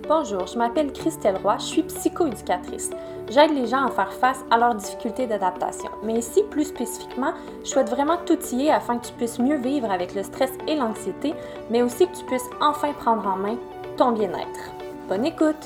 Bonjour, je m'appelle Christelle Roy, je suis psychoéducatrice. J'aide les gens à faire face à leurs difficultés d'adaptation. Mais ici, plus spécifiquement, je souhaite vraiment t'outiller afin que tu puisses mieux vivre avec le stress et l'anxiété, mais aussi que tu puisses enfin prendre en main ton bien-être. Bonne écoute!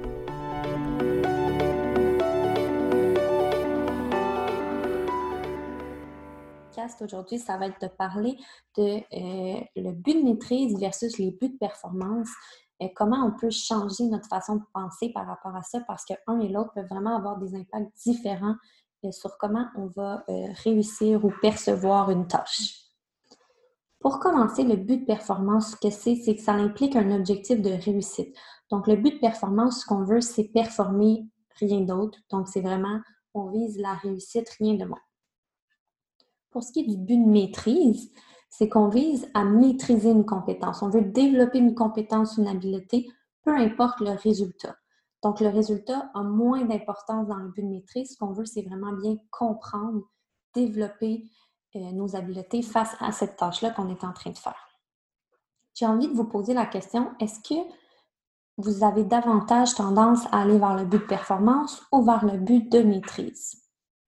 Aujourd'hui, ça va être de parler de le but de maîtrise versus les buts de performance. Comment on peut changer notre façon de penser par rapport à ça, parce que un et l'autre peuvent vraiment avoir des impacts différents sur comment on va réussir ou percevoir une tâche. Pour commencer, le but de performance, ce que c'est que ça implique un objectif de réussite. Donc, le but de performance, ce qu'on veut, c'est performer, rien d'autre. Donc, c'est vraiment, on vise la réussite, rien de moins. Pour ce qui est du but de maîtrise, c'est qu'on vise à maîtriser une compétence. On veut développer une compétence, une habileté, peu importe le résultat. Donc, le résultat a moins d'importance dans le but de maîtrise. Ce qu'on veut, c'est vraiment bien comprendre, développer nos habiletés face à cette tâche-là qu'on est en train de faire. J'ai envie de vous poser la question, est-ce que vous avez davantage tendance à aller vers le but de performance ou vers le but de maîtrise?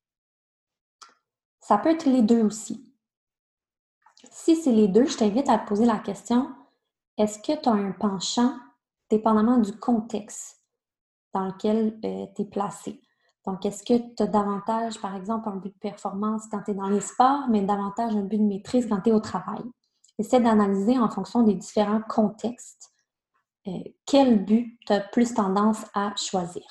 Ça peut être les deux aussi. Si c'est les deux, je t'invite à te poser la question, est-ce que tu as un penchant dépendamment du contexte dans lequel tu es placé? Donc, est-ce que tu as davantage, par exemple, un but de performance quand tu es dans les sports, mais davantage un but de maîtrise quand tu es au travail? Essaie d'analyser en fonction des différents contextes quel but tu as plus tendance à choisir.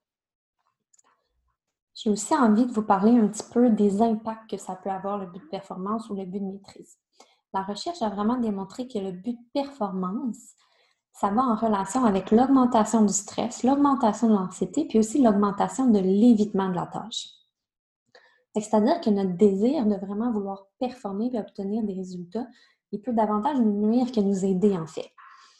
J'ai aussi envie de vous parler un petit peu des impacts que ça peut avoir le but de performance ou le but de maîtrise. La recherche a vraiment démontré que le but de performance, ça va en relation avec l'augmentation du stress, l'augmentation de l'anxiété, puis aussi l'augmentation de l'évitement de la tâche. C'est-à-dire que notre désir de vraiment vouloir performer et obtenir des résultats, il peut davantage nous nuire que nous aider en fait.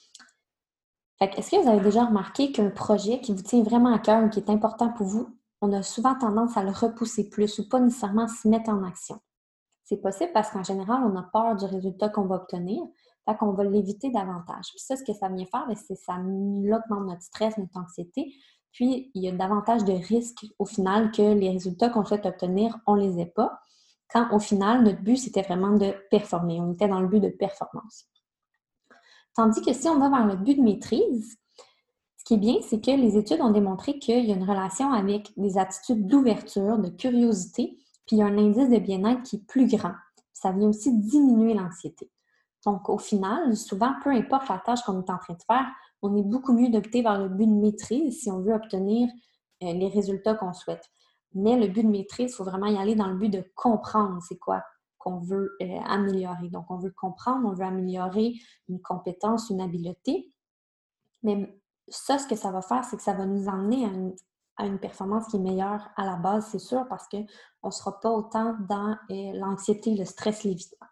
Est-ce que vous avez déjà remarqué qu'un projet qui vous tient vraiment à cœur ou qui est important pour vous, on a souvent tendance à le repousser plus ou pas nécessairement se mettre en action? C'est possible parce qu'en général, on a peur du résultat qu'on va obtenir, fait qu'on va l'éviter davantage. Puis ça, ce que ça vient faire, c'est que ça augmente notre stress, notre anxiété, puis il y a davantage de risques au final que les résultats qu'on souhaite obtenir, on ne les ait pas, quand au final, notre but, c'était vraiment de performer. On était dans le but de performance. Tandis que si on va vers le but de maîtrise, ce qui est bien, c'est que les études ont démontré qu'il y a une relation avec des attitudes d'ouverture, de curiosité, puis il y a un indice de bien-être qui est plus grand. Ça vient aussi diminuer l'anxiété. Donc, au final, souvent, peu importe la tâche qu'on est en train de faire, on est beaucoup mieux d'opter vers le but de maîtrise si on veut obtenir les résultats qu'on souhaite. Mais le but de maîtrise, il faut vraiment y aller dans le but de comprendre c'est quoi qu'on veut améliorer. Donc, on veut comprendre, on veut améliorer une compétence, une habileté. Mais ça, ce que ça va faire, c'est que ça va nous emmener à une performance qui est meilleure à la base, c'est sûr, parce qu'on ne sera pas autant dans l'anxiété, le stress, l'évitement.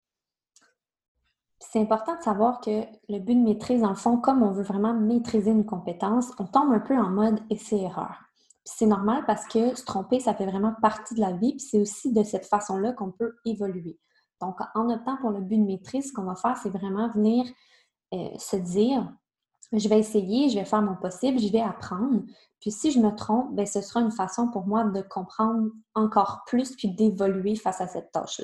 C'est important de savoir que le but de maîtrise, dans le fond, comme on veut vraiment maîtriser une compétence, on tombe un peu en mode essai-erreur. C'est normal parce que se tromper, ça fait vraiment partie de la vie, puis c'est aussi de cette façon-là qu'on peut évoluer. Donc, en optant pour le but de maîtrise, ce qu'on va faire, c'est vraiment venir se dire, je vais essayer, je vais faire mon possible, je vais apprendre. Puis si je me trompe, bien, ce sera une façon pour moi de comprendre encore plus puis d'évoluer face à cette tâche-là.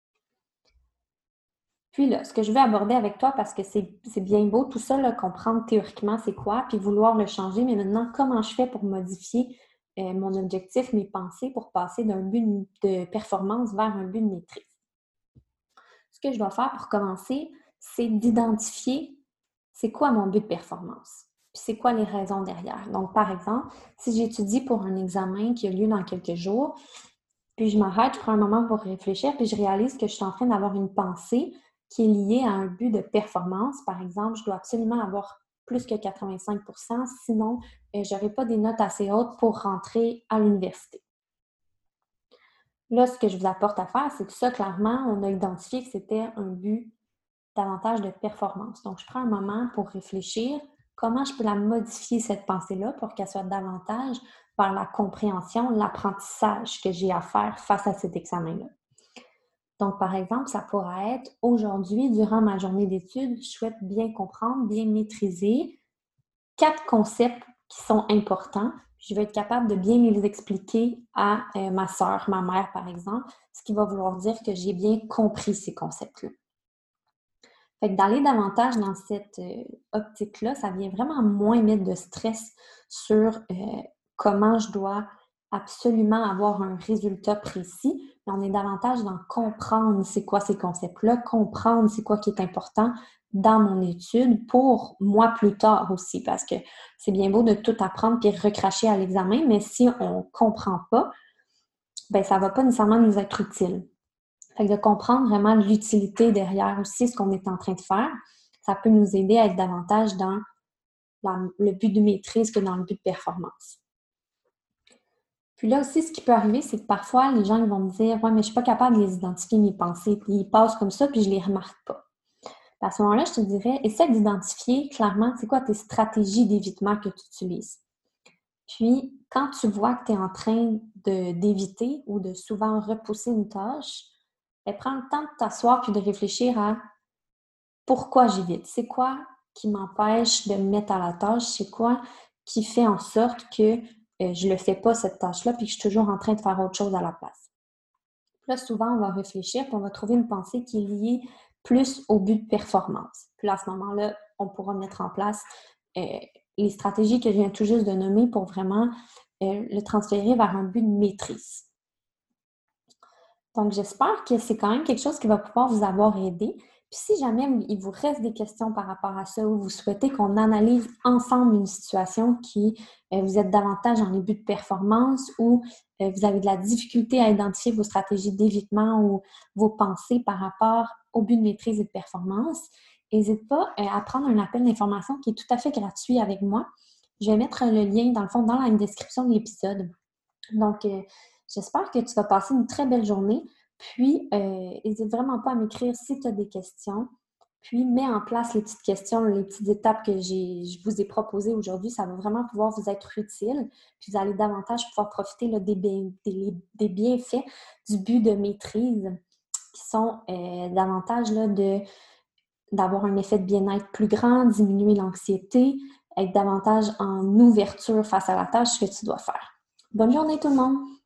Puis là, ce que je vais aborder avec toi, parce que c'est bien beau tout ça, là, comprendre théoriquement c'est quoi, puis vouloir le changer, mais maintenant, comment je fais pour modifier mon objectif, mes pensées, pour passer d'un but de performance vers un but de maîtrise? Ce que je dois faire pour commencer, c'est d'identifier c'est quoi mon but de performance, puis c'est quoi les raisons derrière. Donc, par exemple, si j'étudie pour un examen qui a lieu dans quelques jours, puis je m'arrête, je prends un moment pour réfléchir, puis je réalise que je suis en train d'avoir une pensée qui est liée à un but de performance. Par exemple, je dois absolument avoir plus que 85%, sinon je n'aurai pas des notes assez hautes pour rentrer à l'université. Là, ce que je vous apporte à faire, c'est que ça, clairement, on a identifié que c'était un but davantage de performance. Donc, je prends un moment pour réfléchir comment je peux la modifier, cette pensée-là, pour qu'elle soit davantage vers la compréhension, l'apprentissage que j'ai à faire face à cet examen-là. Donc, par exemple, ça pourrait être aujourd'hui, durant ma journée d'études, je souhaite bien comprendre, bien maîtriser 4 concepts qui sont importants. Je vais être capable de bien les expliquer à ma sœur, ma mère, par exemple, ce qui va vouloir dire que j'ai bien compris ces concepts-là. Fait que d'aller davantage dans cette optique-là, ça vient vraiment moins mettre de stress sur comment je dois absolument avoir un résultat précis, mais on est davantage dans comprendre c'est quoi ces concepts-là, comprendre c'est quoi qui est important dans mon étude pour moi plus tard aussi, parce que c'est bien beau de tout apprendre puis recracher à l'examen, mais si on ne comprend pas, ben ça ne va pas nécessairement nous être utile. Fait que de comprendre vraiment l'utilité derrière aussi ce qu'on est en train de faire, ça peut nous aider à être davantage dans le but de maîtrise que dans le but de performance. Puis là aussi, ce qui peut arriver, c'est que parfois, les gens ils vont me dire « Ouais, mais je ne suis pas capable de les identifier, mes pensées. » Puis ils passent comme ça, puis je ne les remarque pas. Puis à ce moment-là, je te dirais, essaie d'identifier clairement c'est quoi tes stratégies d'évitement que tu utilises. Puis, quand tu vois que tu es en train d'éviter ou de souvent repousser une tâche, bien, prends le temps de t'asseoir puis de réfléchir à pourquoi j'évite. C'est quoi qui m'empêche de me mettre à la tâche? C'est quoi qui fait en sorte que je ne le fais pas, cette tâche-là, puis que je suis toujours en train de faire autre chose à la place? Puis là, souvent, on va réfléchir puis on va trouver une pensée qui est liée plus au but de performance. Puis là, à ce moment-là, on pourra mettre en place les stratégies que je viens tout juste de nommer pour vraiment le transférer vers un but de maîtrise. Donc, j'espère que c'est quand même quelque chose qui va pouvoir vous avoir aidé. Puis si jamais il vous reste des questions par rapport à ça ou vous souhaitez qu'on analyse ensemble une situation qui vous êtes davantage dans les buts de performance ou vous avez de la difficulté à identifier vos stratégies d'évitement ou vos pensées par rapport au but de maîtrise et de performance, n'hésitez pas à prendre un appel d'information qui est tout à fait gratuit avec moi. Je vais mettre le lien, dans le fond, dans la description de l'épisode. Donc, j'espère que tu vas passer une très belle journée. Puis, n'hésite vraiment pas à m'écrire si tu as des questions. Puis, mets en place les petites questions, les petites étapes que je vous ai proposées aujourd'hui. Ça va vraiment pouvoir vous être utile. Puis, vous allez davantage pouvoir profiter là, des bienfaits du but de maîtrise qui sont davantage là, d'avoir un effet de bien-être plus grand, diminuer l'anxiété, être davantage en ouverture face à la tâche que tu dois faire. Bonne journée tout le monde!